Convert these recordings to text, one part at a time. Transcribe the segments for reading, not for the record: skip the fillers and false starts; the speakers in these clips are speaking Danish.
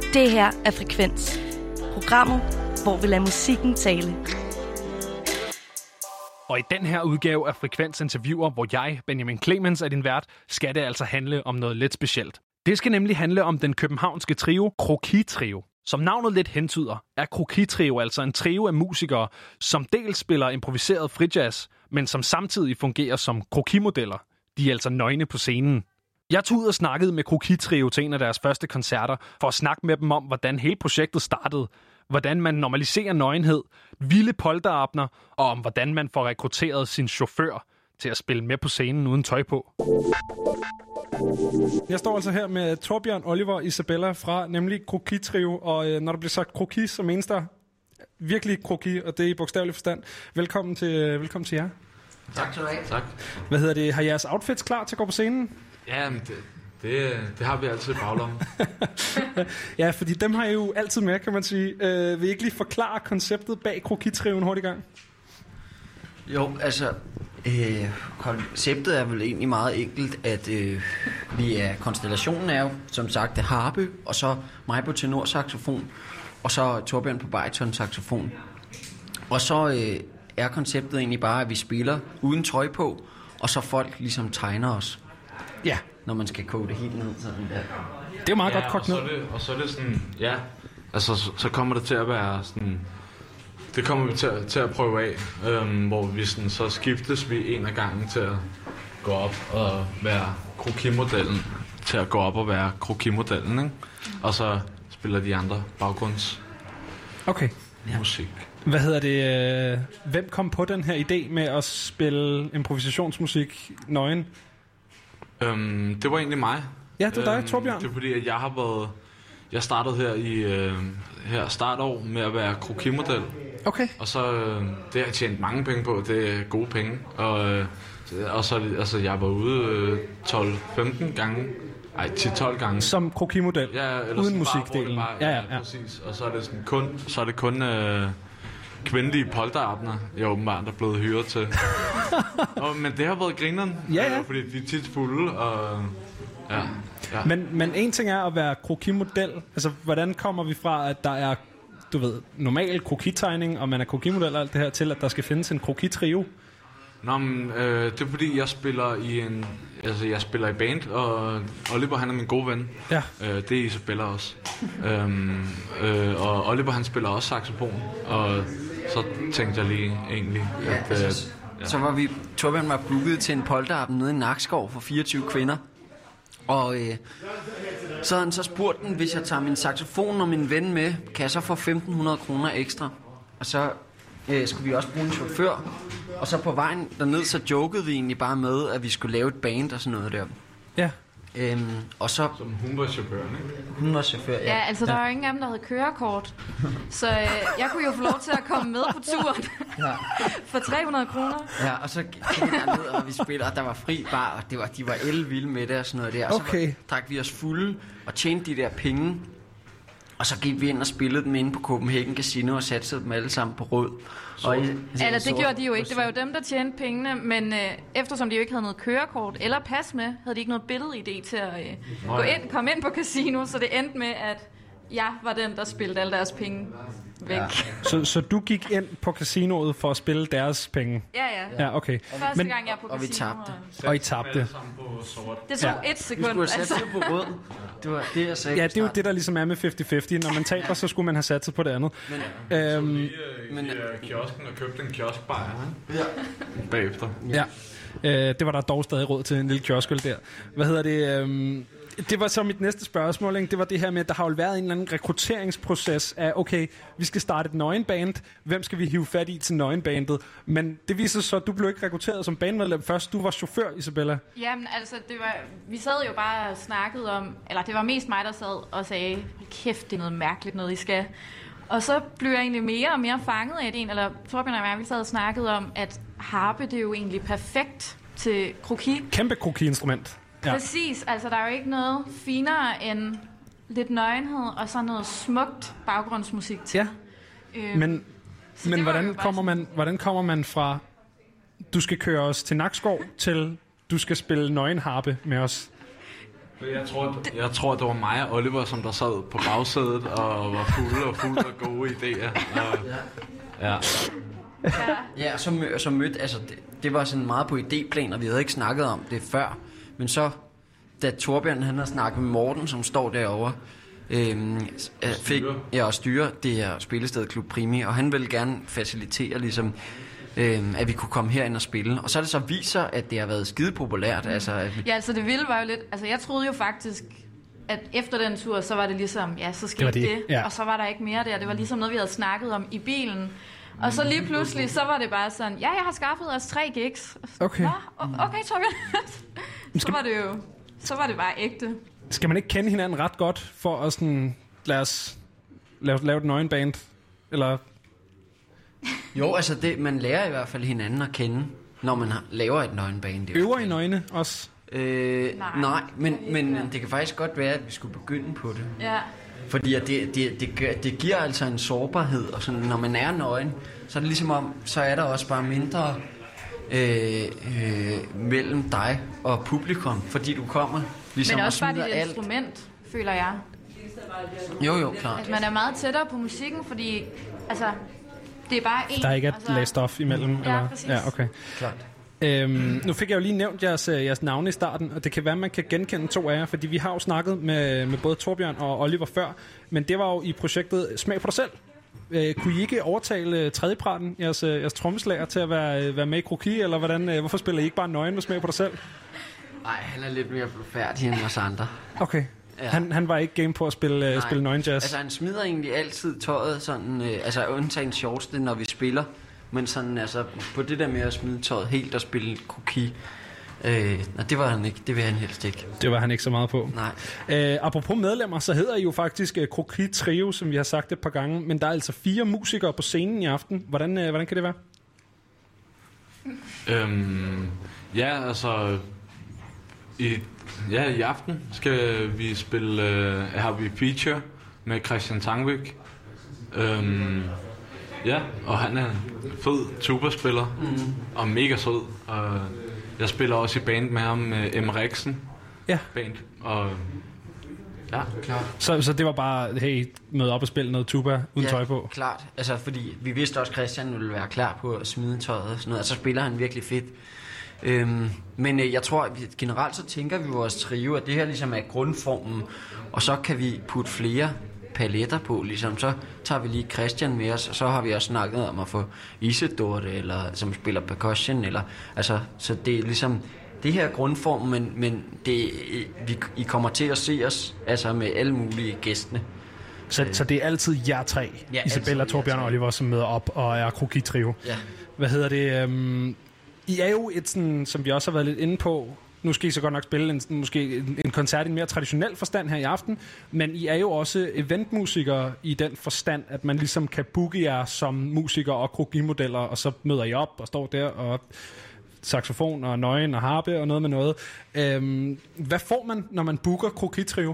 Det her er Frekvens. Programmet, hvor vi lader musikken tale. Og i den her udgave af Frekvens interviewer, hvor jeg, Benjamin Clemens, er din vært, skal det altså handle om noget lidt specielt. Det skal nemlig handle om den københavnske trio Kroki Trio. Som navnet lidt hentyder, er Kroki Trio altså en trio af musikere, som dels spiller improviseret frijazz, men som samtidig fungerer som krokimodeller. De er altså nøgne på scenen. Jeg tog ud og snakkede med Kroki Trio til en af deres første koncerter, for at snakke med dem om, hvordan hele projektet startede, hvordan man normaliserer nøgenhed, vilde polterabner, og om hvordan man får rekrutteret sin chauffør til at spille med på scenen uden tøj på. Jeg står altså her med Torbjørn, Oliver og Isabella fra nemlig Kroki Trio, og når der bliver sagt kroki, så menes der virkelig kroki, og det er i bogstavelig forstand. Velkommen til jer. Tak skal du have. Tak. Hvad hedder det? Har jeres outfits klar til at gå på scenen? Ja, det har vi altid i baglommen. Ja, fordi dem har I jo altid med, kan man sige. Vil I ikke lige forklare konceptet bag Kroki Trioen hurtigt i gang? Jo, altså, konceptet er vel egentlig meget enkelt, at konstellationen er jo, som sagt, harpe, og så mig på tenorsaxofon, og så Torbjørn på bariton-saxofon. Og så er konceptet egentlig bare, at vi spiller uden tøj på, og så folk ligesom tegner os. Ja. Når man skal koge det helt ned sådan der. Det er jo meget godt kogt ned. Og så er det sådan, ja, altså så kommer det til at være sådan, det kommer vi til at prøve af, hvor vi sådan, så skiftes vi en af gangen til at gå op og være krokimodellen, til at gå op og være krokimodellen, ikke? Og så spiller de andre baggrunds musik. Hvad hedder det? Hvem kom på den her idé med at spille improvisationsmusik nøgen? Det var egentlig mig. Ja, det var dig, Torbjørn. Det er fordi, at jeg startede her i startår med at være krokimodel. Okay. Og så det har jeg tjent mange penge på. Det er gode penge. Og så altså, jeg var ude 12-15 gange. Ej, 10-12 gange. Som krokimodel? Ja, eller uden musikdelen? Ja, præcis. Og så er det sådan kun kvindelige polterabner, jeg åbenbart er blevet hyret til. Men det har været grineren, fordi de er tit fulde, og ja. Men en ting er at være krokimodel. Altså, hvordan kommer vi fra, at der er, du ved, normal krokitegning, og man er krokimodel og alt det her, til at der skal findes en krokitrio? Nå, men det er fordi, jeg spiller i band, og Oliver, han er min gode ven. Ja. Det er Isabella også. Og Oliver, han spiller også saxofon, og så tænkte jeg lige egentlig, at... Så var Torbjørn var booket til en polterappen nede i Nakskov for 24 kvinder. Og så havde han så spurgt den, hvis jeg tager min saxofon og min ven med, kan jeg så få 1.500 kroner ekstra? Og så skulle vi også bruge en chauffør. Og så på vejen derned, så jokede vi egentlig bare med, at vi skulle lave et band og sådan noget der. Ja. Og så... Som hun var chaufføren, ikke? Hun var chauffør, ja. Ja, altså der var jo ingen af dem, der havde kørekort. Så jeg kunne jo få lov til at komme med på turen for 300 kroner. Ja, og så gik vi derned, og vi spillede, og der var fri bar, og de var elvilde med det og sådan noget der. Og så drak vi os fulde og tjente de der penge. Og så gik vi ind og spillede dem inde på Copenhagen Casino og satsede dem alle sammen på rød. Eller det gjorde de jo ikke. Det var jo dem, der tjente pengene, men eftersom de jo ikke havde noget kørekort eller pas med, havde de ikke noget billedidé til at komme ind på casino, så det endte med, at jeg var den, der spillede alle deres penge væk. Ja. Så du gik ind på casinoet for at spille deres penge? Ja, okay. Første gang jeg er på casino. Og vi tabte. Og I tabte. Det tog 1 sekund. Vi skulle have sat på rød. Det var det, jeg sagde. Ja, det er jo det, der ligesom er med 50-50. Når man taber, så skulle man have satset på det andet. Men kiosken og købte en kioskbajer, bagefter. Ja, det var der dog stadig råd til, en lille kioskøl der. Hvad hedder det? Det var så mit næste spørgsmål, ikke? Det var det her med, at der har jo været en eller anden rekrutteringsproces af, okay, vi skal starte et nøgenband, hvem skal vi hive fat i til nøgenbandet? Men det viser så, at du blev ikke rekrutteret som bandmedlem først, du var chauffør, Isabella. Jamen altså, vi sad jo bare og snakkede om, eller det var mest mig, der sad og sagde, kæft, det er noget mærkeligt noget, I skal. Og så blev jeg egentlig mere og mere fanget af det, eller Torbjørn og jeg, vi sad og snakkede om, at harpe, det er jo egentlig perfekt til kroki. Kæmpe kroki-instrument. Ja. Præcis, altså der er jo ikke noget finere end lidt nøgenhed og så noget smukt baggrundsmusik til. Ja. Men hvordan kommer man fra du skal køre os til Nakskov til du skal spille nøgenharpe med os? Jeg tror, det var mig og Oliver, som der sad på bagsædet og var fuld af gode idéer. Ja, så mødte, altså det var sådan meget på idéplan, og vi havde ikke snakket om det før. Men så, da Torbjørn han har snakket med Morten, som står derovre, fik jeg at styre det her spillested Klub Primi, og han ville gerne facilitere ligesom, at vi kunne komme herind og spille. Og så er det så viser, at det har været skide populært. Altså, Ja, altså det vilde var jo lidt, altså jeg troede jo faktisk, at efter den tur, så var det ligesom, ja, så skete det. Ja. Og så var der ikke mere der. Det var ligesom noget, vi havde snakket om i bilen. Og så lige pludselig, så var det bare sådan, ja, jeg har skaffet os 3 gigs. Okay. Nå, okay, Torbjørn. Så var det bare ægte. Skal man ikke kende hinanden ret godt for at sådan, lad os lave et nøgenband? Eller... Jo, altså man lærer i hvert fald hinanden at kende, når man laver et nøgenband. Øver I nøgne også? Nej, men det kan faktisk godt være, at vi skulle begynde på det. Ja. Fordi at det giver altså en sårbarhed, og sådan, når man er nøgen, så er det ligesom om, så er der også bare mindre mellem dig og publikum, fordi du kommer ligesom Men også og bare smider dit alt. instrument, føler jeg. Jo, klart. Altså, man er meget tættere på musikken, fordi altså, det er bare én. Der er ikke et altså, lag stof imellem? Ja, eller? præcis. Ja, okay. Klart. Nu fik jeg jo lige nævnt jeres navne i starten, og det kan være, at man kan genkende 2 af jer, fordi vi har jo snakket med både Torbjørn og Oliver før, men det var jo i projektet Smag på dig selv. Kunne I ikke overtale tredjeparten, jeres trommeslager, til at være med i Kroki, eller hvordan? Hvorfor spiller I ikke bare nøgen med Smag på dig selv? Nej, han er lidt mere blufærdig end os andre. Okay. Ja. Han var ikke game på at spille nøgen jazz. Altså han smider egentlig altid tøjet sådan, altså undtagen shortsene, når vi spiller. Men sådan, altså, på det der med at smide tøjet helt og spille Kroki, det var han ikke. Det vil han helst ikke. Det var han ikke så meget på. Nej. Apropos medlemmer, så hedder I jo faktisk Kroki Trio, som vi har sagt et par gange. Men der er altså 4 musikere på scenen i aften. Hvordan kan det være? Ja, altså... I aften skal vi spille... har vi feature med Christian Tangvik. Ja, og han er en fed tubaspiller, og mega sød. Og jeg spiller også i band med ham, M. Rexen. Ja. Band, og ja, klart. Så det var bare, hey, møde op og spille noget tuba uden tøj på? Klart. Altså, fordi vi vidste også, at Christian ville være klar på at smide tøjet og sådan noget, og så spiller han virkelig fedt. Men jeg tror, at generelt så tænker vi vores trio, at det her ligesom er grundformen, og så kan vi putte flere paletter på, ligesom. Så tager vi lige Christian med os, og så har vi også snakket om at få Isidore, eller som spiller percussion, eller altså, så det er ligesom det her grundform, men det, I kommer til at se os altså med alle mulige gæstene. Så det er altid jer 3, Ja, Isabella, Torbjørn og Oliver, som møder op og er Kroki Trio. Ja. Hvad hedder det? I er jo et sådan, som vi også har været lidt inde på, nu skal I så godt nok spille en koncert i en mere traditionel forstand her i aften, men I er jo også eventmusikere i den forstand, at man ligesom kan booke jer som musikere og Kroki-modeller, og så møder I op og står der og saxofon og nøgen og harpe og noget med noget. Hvad får man, når man booker Kroki Trio?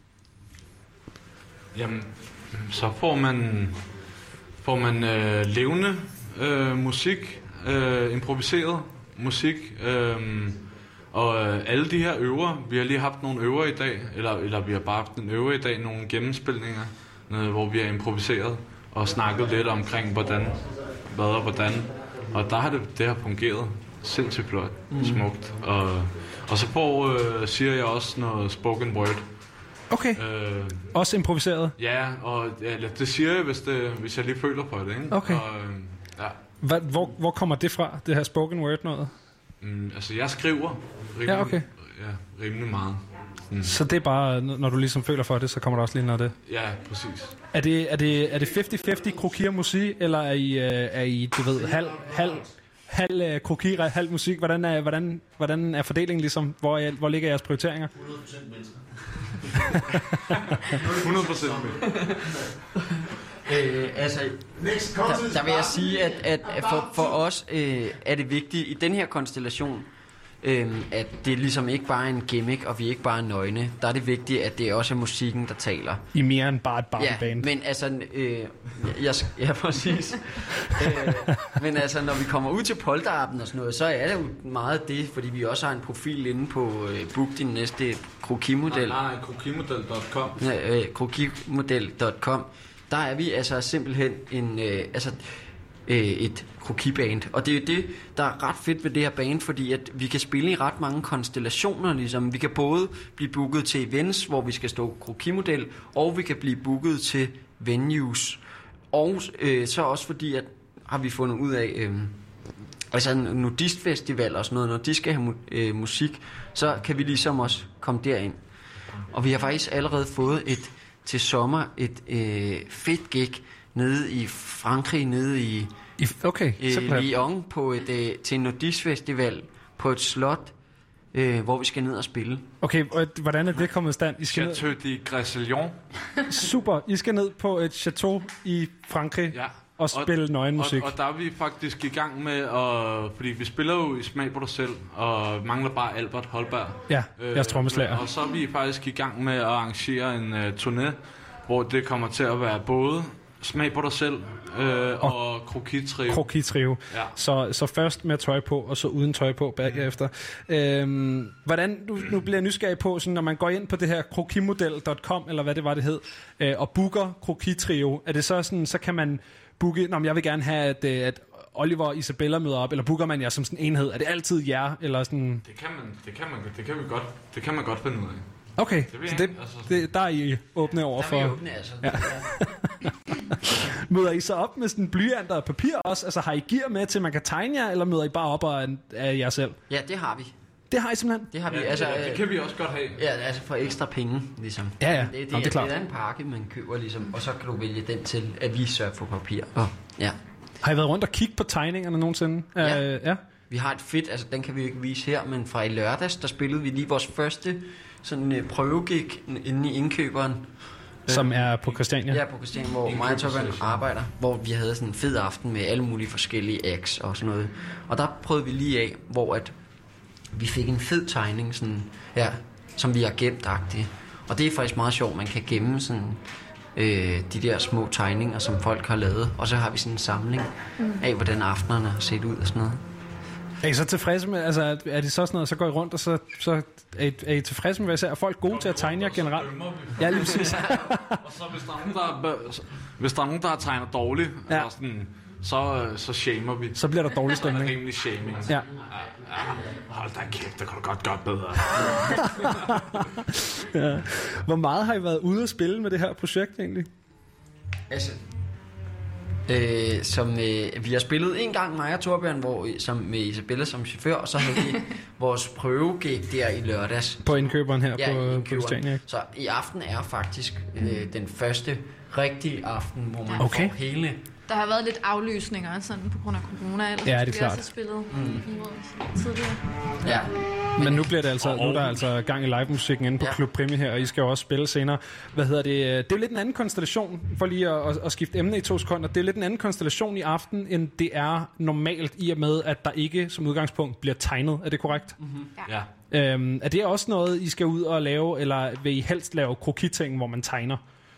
Jamen, så får man levende musik, improviseret musik, og alle de her øver, vi har lige haft nogle øver i dag, eller vi har bare haft en øver i dag, nogle gennemspilninger, hvor vi har improviseret og snakket lidt omkring hvordan, og der har det har fungeret sindssygt flot, smukt, og så siger jeg også noget spoken word. Okay, også improviseret? Ja, og det siger jeg, hvis jeg lige føler på det, ikke? Okay. Og, ja. Hvor kommer det fra, det her spoken word noget? Altså, jeg skriver rimelig meget. Så det er bare, når du ligesom føler for det, så kommer der også lige noget af det? Ja, præcis. Er det 50-50 kroki og musik, eller er I du ved, halv kroki, halv musik? Hvordan er fordelingen ligesom? Hvor ligger jeres prioriteringer? 100% mennesker. 100% Altså, der vil jeg sige, at for os er det vigtigt i den her konstellation, at det ligesom ikke bare er en gimmick, og vi ikke bare er nøgne. Der er det vigtigt, at det også er musikken, der taler. I mere end bare et Barbie-band. Ja, men altså... ja, præcis. Men altså, når vi kommer ud til polterappen og sådan noget, så er det jo meget det, fordi vi også har en profil inde på Book Din Næste krokimodel. Nej, krokimodel.com. Krokimodel.com. Der er vi altså simpelthen et krokiband. Og det er jo det, der er ret fedt ved det her band, fordi at vi kan spille i ret mange konstellationer. Ligesom. Vi kan både blive booket til events, hvor vi skal stå krokimodel, og vi kan blive booket til venues. Og så også fordi, at har vi fundet ud af, altså en nudistfestival og sådan noget, når de skal have musik, så kan vi ligesom også komme derind. Og vi har faktisk allerede fået til sommer et fedt gig nede i Frankrig, nede i Lyon til en nudistfestival på et slot, hvor vi skal ned og spille. Okay, og hvordan er det kommet i stand? Chateau de Gressillon. Super, I skal ned på et chateau i Frankrig og spille nøgenmusik. Og der er vi faktisk i gang med, fordi vi spiller jo i Smag på dig selv, og mangler bare Albert Holberg. Ja, jeres trommeslager. Og så er vi faktisk i gang med at arrangere en turné, hvor det kommer til at være både Smag på dig selv og Krokitrio. Krokitrio. Ja. Så først med tøj på, og så uden tøj på bagefter. Hvordan, nu bliver jeg nysgerrig på, sådan, når man går ind på det her krokimodel.com, eller hvad det var, det hed, og booker Krokitrio, er det så sådan, så kan man booke, jeg vil gerne have, at Oliver og Isabella møder op, eller booker man jer som sådan en enhed? Er det altid jer, eller sådan? Det kan man godt finde ud af. Okay, så der er I åbne over for... Der er vi åbne, altså. Ja. Møder I så op med sådan blyanter og papir også? Altså har I gear med til, man kan tegne jer, eller møder I bare op af jer selv? Ja, det har vi. Det har I simpelthen? Det har vi, det kan vi også godt have. Ja, altså for ekstra penge, ligesom. Ja. Det er klart. Det er en pakke, man køber, ligesom, og så kan du vælge den til, at vi sørger for papir. Ja. Har I været rundt og kigge på tegningerne nogensinde? Ja. Vi har et fedt, altså den kan vi jo ikke vise her, men fra i lørdags, der spillede vi lige vores første sådan prøvegig inde i Indkøberen. Som er på Christiania? Ja, på Christiania, hvor mig og Torben arbejder, hvor vi havde sådan en fed aften med alle mulige forskellige acts og sådan noget. Og der prøvede vi lige af, hvor at vi fik en fed tegning, sådan, som vi har gemt-agtigt. Og det er faktisk meget sjovt, man kan gemme sådan, de der små tegninger, som folk har lavet. Og så har vi sådan en samling af, hvordan aftenerne har set ud og sådan noget. Er I så tilfredse med, altså er det så sådan noget, så går I rundt, og så er I tilfredse med, hvad I ser? Er folk gode til at tegne jer generelt? Ja, lige præcis. Og så hvis der er nogen, der tegner dårligt, eller sådan, så shamer vi. Så bliver der dårlig stemning. Så er der rimelig shaming. Ja. Hold da kæft, det kan du godt gøre bedre. Ja. Hvor meget har I været ude at spille med det her projekt egentlig? Altså... vi har spillet en gang, mig og Torbjørn, med Isabella som chauffør, og så havde vi vores prøvegig der i lørdags. På Indkøberen her på Christiania. Så i aften er faktisk den første rigtige aften, hvor man får hele... Der har været lidt aflysninger sådan, på grund af corona. Ellers ja, det er klart. Vi har spillet tidligere. Ja. Men nu bliver det altså, nu er der altså gang i live-musikken inde på Klub Primi her, og I skal jo også spille senere. Det er jo lidt en anden konstellation, for lige at skifte emne i 2 sekunder. Det er jo lidt en anden konstellation i aften, end det er normalt, i og med, at der ikke som udgangspunkt bliver tegnet. Er det korrekt? Mm-hmm. Ja. Er det også noget, I skal ud og lave, eller vil I helst lave krokiting, hvor man tegner?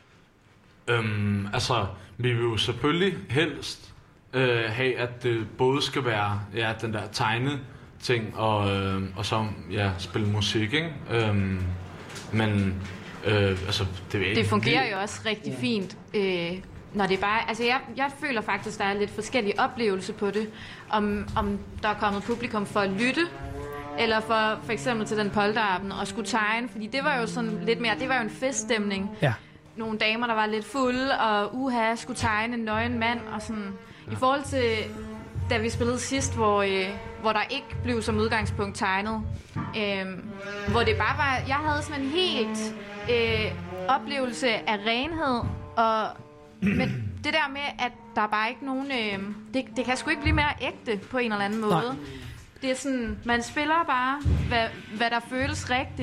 Altså, vi vil jo selvfølgelig helst have, at det både skal være den der tegneting og så spille musik, ikke? Men altså, det fungerer jo også rigtig fint, når det er bare... Altså, jeg føler faktisk, der er lidt forskellige oplevelser på det. Om der er kommet publikum for at lytte, eller for eksempel til den polterappen og skulle tegne, fordi det var jo sådan lidt mere... Det var jo en feststemning. Ja. Nogle damer, der var lidt fulde, og skulle tegne en nøgen mand, og sådan... I forhold til, da vi spillede sidst, hvor der ikke blev som udgangspunkt tegnet, hvor det bare var... Jeg havde sådan en helt oplevelse af renhed, men det der med, at der er bare ikke nogen... Det kan sgu ikke blive mere ægte på en eller anden måde. Nej. Det er sådan, man spiller bare, hvad der føles rigtigt.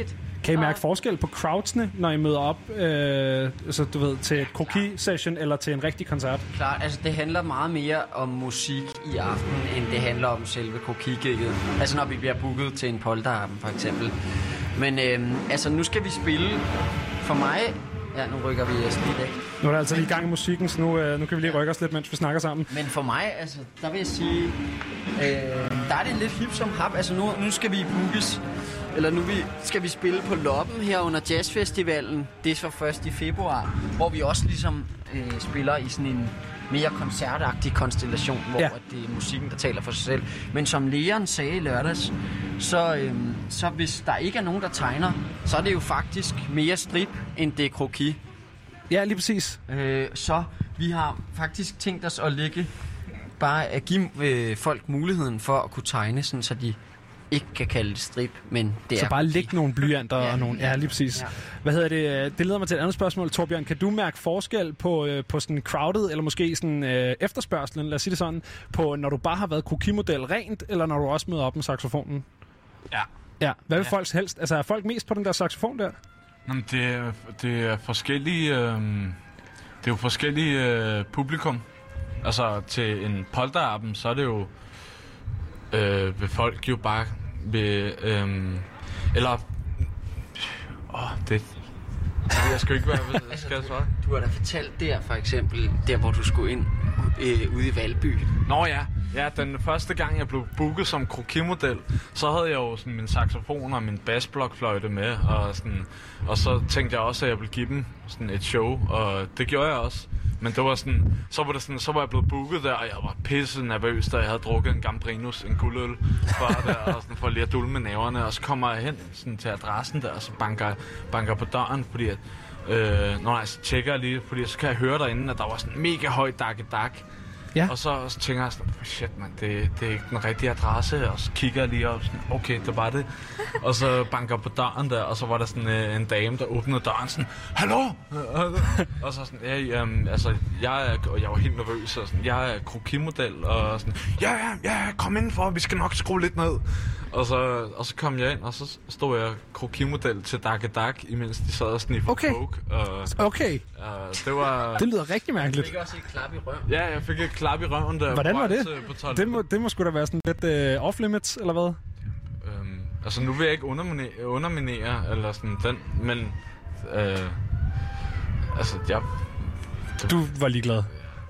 Kan I mærke forskel på crowdsene, når I møder op altså, du ved, til et kroki-session eller til en rigtig koncert? Klart, altså det handler meget mere om musik i aften, end det handler om selve kroki-gigget. Altså når vi bliver booket til en polterarben for eksempel. Men altså nu skal vi spille for mig. Ja, nu rykker vi os lige væk. Nu er der altså lige i gang i musikken, så nu kan vi lige rykke os lidt, mens vi snakker sammen. Men for mig, altså, der vil jeg sige, der er det lidt hip som hap. Altså nu skal vi bookes, eller skal vi spille på Loppen her under Jazzfestivalen. Det er så først i februar, hvor vi også ligesom spiller i sådan en mere koncertagtig konstellation, hvor det er musikken, der taler for sig selv. Men som Leon sagde i lørdags, så hvis der ikke er nogen, der tegner, så er det jo faktisk mere strip, end det er kroki. Ja, lige præcis. Så vi har faktisk tænkt os at bare at give folk muligheden for at kunne tegne, sådan, så de ikke kan kalde det strip, men det så er... bare lægge nogle blyanter og nogle... Ja, lige præcis. Ja. Hvad hedder det? Det leder mig til et andet spørgsmål, Torbjørn. Kan du mærke forskel på sådan crowded, eller måske sådan efterspørgselen, lad os sige det sådan, på når du bare har været krokimodel rent, eller når du også møder op med saxofonen? Ja. Ja. Hvad vil folk helst? Altså, er folk mest på den der saxofon der? Jamen, det er forskellige... det er jo forskellige publikum. Altså, til en polterarben, så er det jo... vil folk jo bare... det jeg skal ikke være... Skal jeg svare? Du har da fortalt der, for eksempel, der hvor du skulle ind ude i Valby. Nå ja. Ja, den første gang, jeg blev booket som krokimodel, så havde jeg jo sådan min saxofon og min bassblokfløjte med, og så tænkte jeg også, at jeg ville give dem sådan et show, og det gjorde jeg også. Men det var sådan, så var jeg blevet booket der, og jeg var pisse nervøs, da jeg havde drukket en Gambrinus, en guldøl, for lige at dulme med næverne, og så kommer jeg hen sådan, til adressen der, og så banker på døren, fordi at, så tjekker jeg lige, fordi så kan jeg høre derinde, at der var sådan en mega høj dak. Ja. Og så tænker jeg sådan, shit man, det er ikke den rigtige adresse, og så kigger jeg lige op, sådan, okay, det var det. Og så banker på døren der, og så var der sådan en dame, der åbnede døren sådan, hallo! Og så sådan, jeg var helt nervøs, og sådan, jeg er krokimodel, og sådan, ja, kom indenfor, vi skal nok skrue lidt ned. Og så kom jeg ind, og så stod jeg krokimodel til Dak, imens de sad og sniffede coke. Okay. Det lyder rigtig mærkeligt. Du fik også et klap i røven. Ja, jeg fik et klap i røven der. Hvordan var det? Det må sgu da være sådan lidt off-limits, eller hvad? Altså, nu vil jeg ikke underminere eller sådan den, men... Du var ligeglad.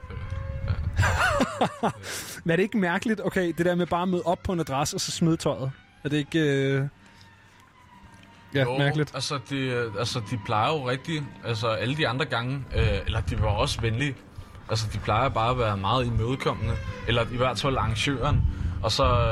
Men er det ikke mærkeligt, okay, det der med bare at møde op på en adresse og så smide tøjet? Er det ikke... mærkeligt? Altså, de plejer jo rigtig... Altså, alle de andre gange... eller de var også venlige. Altså, de plejer bare at være meget imødekommende. Eller i hvert fald arrangøren. Og så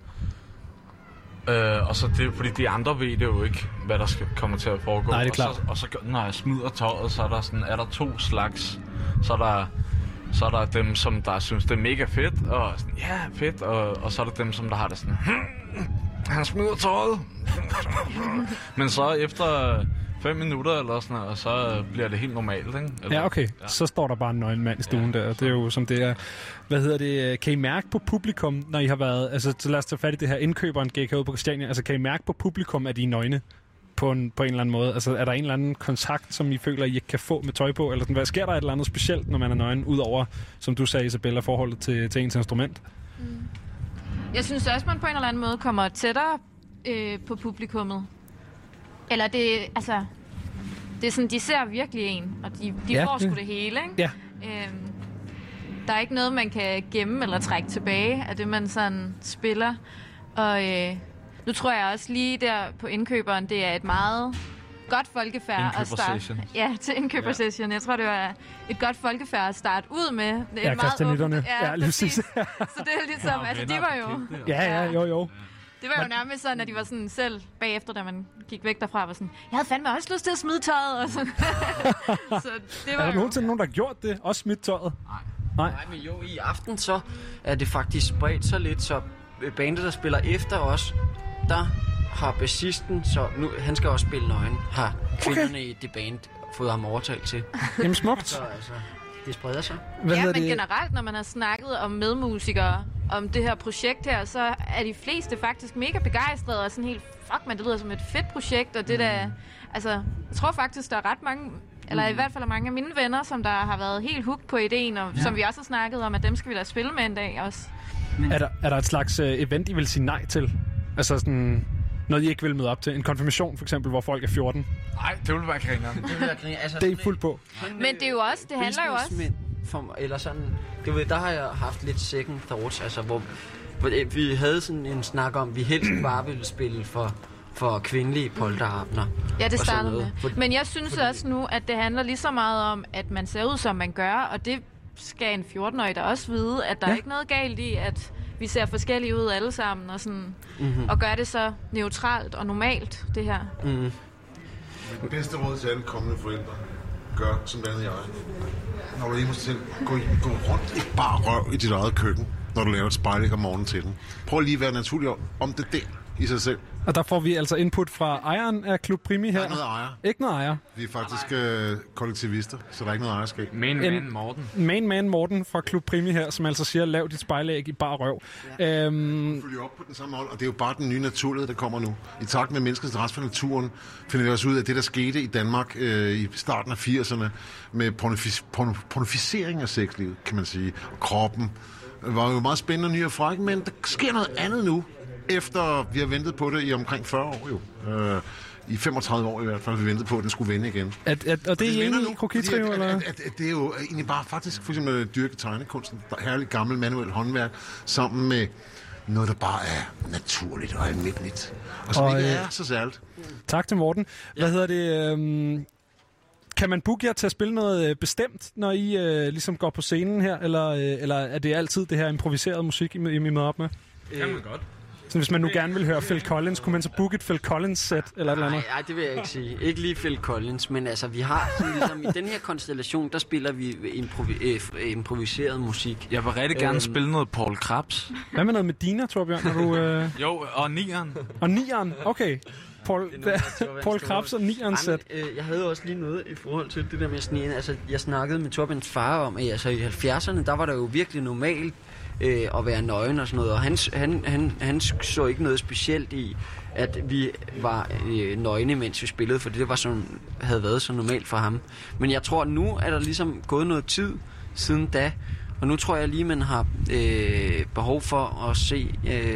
det, fordi de andre ved det jo ikke, hvad der skal komme til at foregå. Nej, det er klart. Og så når jeg smider tøjet, så er der sådan... Er der to slags... Så er der dem, som der synes, det er mega fedt, og sådan, ja, fedt, og så er der dem, som der har det sådan, han smider tøjet. Men så efter 5 minutter eller sådan noget, så bliver det helt normalt, ikke? Eller, ja, okay. Ja. Så står der bare en nøgen mand i stuen der, og det er jo som det er. Hvad hedder det? Kan I mærke på publikum, når I har været, altså så lad os tage fat i det her indkøberen-gig herude på Christiania, altså kan I mærke på publikum, at I er nøgne? På en eller anden måde? Altså, er der en eller anden kontakt, som I føler, I ikke kan få med tøj på? Eller sådan, hvad sker der et eller andet specielt, når man er nøgen, udover, som du sagde, Isabella, forholdet til ens instrument? Jeg synes også, man på en eller anden måde kommer tættere på publikummet. Eller det er sådan, de ser virkelig en, og de får sgu det hele, ikke? Ja. Der er ikke noget, man kan gemme eller trække tilbage af det, man sådan spiller. Og nu tror jeg også lige der på indkøberen, det er et meget godt folkefærd at starte. Ja, til indkøbersession. Jeg tror, det var et godt folkefærd at starte ud med. Det er Christianitterne. Ja, lige præcis. Så det er ligesom, altså de var jo... Jo. Det var jo nærmest sådan, at de var sådan selv bagefter, da man gik væk derfra, var sådan, jeg havde fandme også lyst til at smide tøjet, og sådan. Så det var er der nogensinde nogen, der har gjort det? Også smidt tøjet? Nej, men jo, i aften så er det faktisk spredt så lidt, så bandet, der spiller efter os, der har bassisten, så nu, han skal også spille nøgen, har kvinderne i det band fået ham overtalt til. Jamen smukt. Så altså, det spreder sig. Men generelt, når man har snakket om medmusikere om det her projekt her, så er de fleste faktisk mega begejstrede og sådan helt, fuck man, det lyder som et fedt projekt, og det der, altså, jeg tror faktisk, der er ret mange, eller i hvert fald mange af mine venner, som der har været helt hooked på ideen, og som vi også har snakket om, at dem skal vi da spille med en dag også. Er der et slags event, I vil sige nej til? Altså sådan noget, I ikke vil møde op til? En konfirmation for eksempel, hvor folk er 14? Nej, det vil være grineren. Altså, det er fuldt på. Men det er jo også, det handler jo også... Eller sådan, du ved, der har jeg haft lidt second thoughts, altså hvor vi havde sådan en snak om, vi helst bare ville spille for kvindelige polterabner. Ja, det startede med. Men jeg synes også nu, at det handler lige så meget om, at man ser ud, som man gør, og det skal en 14-årig da også vide, at der er ikke noget galt i, at vi ser forskellige ud alle sammen, og sådan, og gør det så neutralt og normalt, det her. Det bedste råd til alle kommende forældre, gør som blandt jeg. Når du er hjemme hos dig selv, gå rundt i bare røv i dit eget køkken, når du laver et spejlæg om morgenen til den. Prøv lige at være naturlig om det der i sig selv. Og der får vi altså input fra ejeren af Klub Primi her. Der er noget ejer. Ikke noget ejer. Vi er faktisk kollektivister, så der er ikke noget ejerskab. Main man Morten fra Klub Primi her, som altså siger, lav dit spejlæg i bare røv. Ja. Følger op på den samme hold, og det er jo bare den nye naturlighed, der kommer nu. I takt med menneskets interesse for naturen, finder vi også ud af det, der skete i Danmark i starten af 80'erne, med pornoficering af sexlivet, kan man sige. Og kroppen var jo meget spændende og ny og fræk, men der sker noget andet nu. Efter vi har ventet på det i omkring 40 år jo. I 35 år i hvert fald, vi ventede på, at den skulle vende igen. Og det er egentlig i Krokitrio, eller? Det er jo egentlig bare faktisk for eksempel dyrke tegnekunsten, der herligt gammel manuel håndværk, sammen med noget, der bare er naturligt og almindeligt. Og som ikke er så særligt. Tak til Morten. Hvad hedder det? Kan man booke jer til at spille noget bestemt, når I ligesom går på scenen her, eller er det altid det her improviserede musik, I møder op med? Det kan man godt. Så hvis man nu gerne vil høre Phil Collins, kunne man så booke et Phil Collins-sæt eller et eller andet? Nej, det vil jeg ikke sige. Ikke lige Phil Collins, men altså vi har sådan ligesom i den her konstellation, der spiller vi improviseret musik. Jeg vil rigtig gerne spille noget Paul Krabs. Hvad med noget med Dina, Torbjørn? Når du, Jo, og nieren. Og nieren, okay. Paul Krabs og nieren sæt. Jeg havde også lige noget i forhold til det der med sneen. Altså, jeg snakkede med Torbjørns far om, at altså, i 70'erne, der var der jo virkelig normalt at være nøgen og sådan noget, og han så ikke noget specielt i, at vi var nøgne, mens vi spillede, for det var sådan, havde været så normalt for ham. Men jeg tror, nu er der ligesom gået noget tid siden da, og nu tror jeg lige, man har behov for at se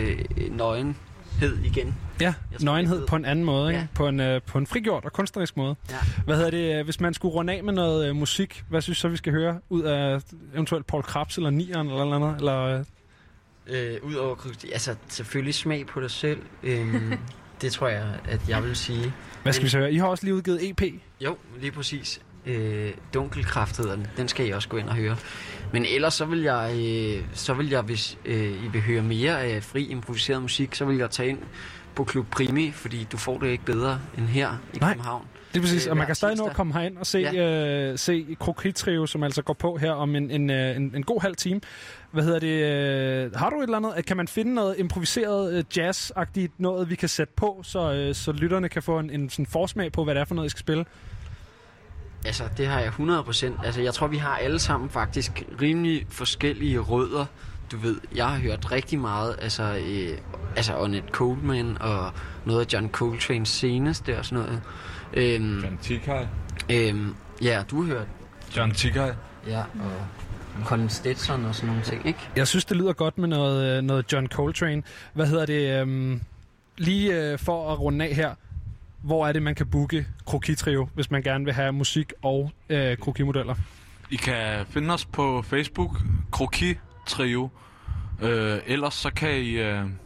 nøgenhed igen. Ja, nøgenhed på en anden måde, ikke? På en frigjort og kunstnerisk måde. Ja. Hvad hedder det, hvis man skulle runde af med noget musik, hvad synes så, vi skal høre ud af eventuelt Paul Krabs eller nieren eller noget andet? Eller Udover, altså selvfølgelig smag på dig selv. Det tror jeg, at jeg vil sige. Hvad skal vi så høre? I har også lige udgivet EP. Jo, lige præcis. Dunkelkraft hedder den. Den skal I også gå ind og høre. Men ellers så vil jeg, hvis I vil høre mere af fri improviseret musik, så vil jeg tage ind på Klub Primi, fordi du får det ikke bedre end her i København. Det er præcis, og man kan stadig nå at komme herind og se Krokitrio, som altså går på her om en god halv time. Hvad hedder det? Har du et eller andet? Kan man finde noget improviseret jazz-agtigt noget, vi kan sætte på, så lytterne kan få en sådan forsmag på, hvad det er for noget, I skal spille? Altså, det har jeg 100%. Altså, jeg tror, vi har alle sammen faktisk rimelig forskellige rødder. Du ved, jeg har hørt rigtig meget, altså Ornette Coleman og noget af John Coltrane's seneste og sådan noget. John Tikai. Ja, du har hørt. John Tikai. Ja, og Colin Stetson og sådan nogle ting, ikke? Jeg synes, det lyder godt med noget John Coltrane. Hvad hedder det? Lige for at runde af her. Hvor er det, man kan booke Krokitrio, hvis man gerne vil have musik og krokimodeller? I kan finde os på Facebook, Krokitrio. Ellers så kan I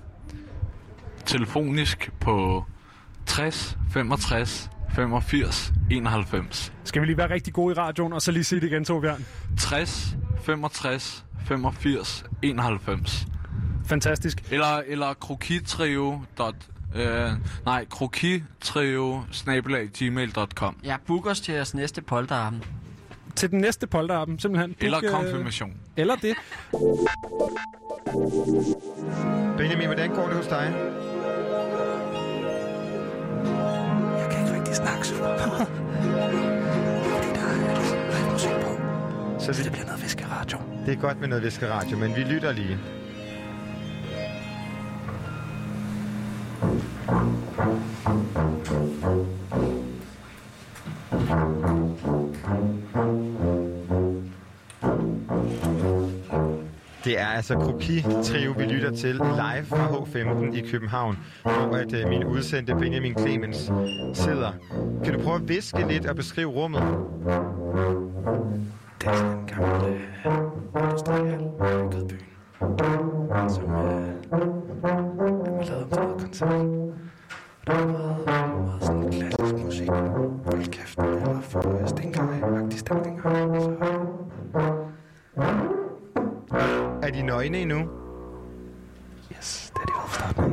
telefonisk på 60 65 85 91. Skal vi lige være rigtig gode i radioen, og så lige sige det igen, Torbjørn? 60 65 85 91. Fantastisk. Eller krokitrio. krokitrio@gmail.com. Ja, book os til jeres næste polterabend. Til den næste polterabend, simpelthen. Eller konfirmation. Eller det. Benjamin, hvordan går det hos dig? Jeg kan ikke rigtig snakke super meget. Fordi der er musik på. Så det bliver noget viskeradio. Det er godt med noget viskeradio, men vi lytter lige. Det er altså Kroki Trio, vi lytter til live fra H15 i København, hvor at min udsendte Benjamin Clemens sidder. Kan du prøve at viske lidt og beskrive rummet? Det er sådan en gammel industrihal i Kødbyen, som man lavede om til noget koncert. Der er meget sådan klassisk musik, Voldkæften eller for Stenkaj-agtige stemninger. Er de nøgne endnu? Yes, det er de været fra starten af.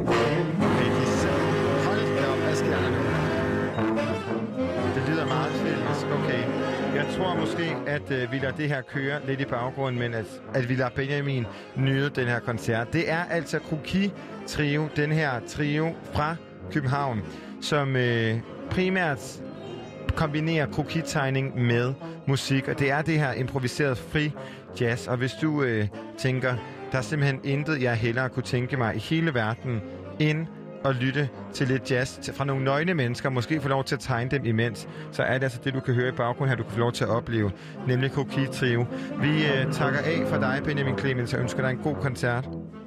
Hold da op, hvad sker der nu? Det lyder meget filmisk, okay. Jeg tror måske, at vi lader det her køre lidt i baggrunden, men at vi lader Benjamin nyde den her koncert. Det er altså Kroki Trio, den her trio fra København, som primært kombinerer krokitegning med musik, og det er det her improviseret fri jazz. Og hvis du tænker, der er simpelthen intet, jeg hellere kunne tænke mig i hele verden, end at lytte til lidt jazz fra nogle nøgne mennesker, måske få lov til at tegne dem imens, så er det altså det, du kan høre i baggrunden her, du kan få lov til at opleve, nemlig Kroki Trio. Vi takker af for dig, Benjamin Clemens, og ønsker dig en god koncert.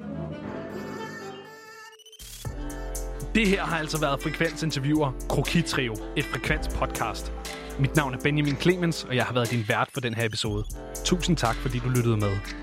Det her har altså været Frekvens interviewer Kroki Trio, et Frekvens podcast. Mit navn er Benjamin Clemens, og jeg har været din vært for den her episode. Tusind tak, fordi du lyttede med.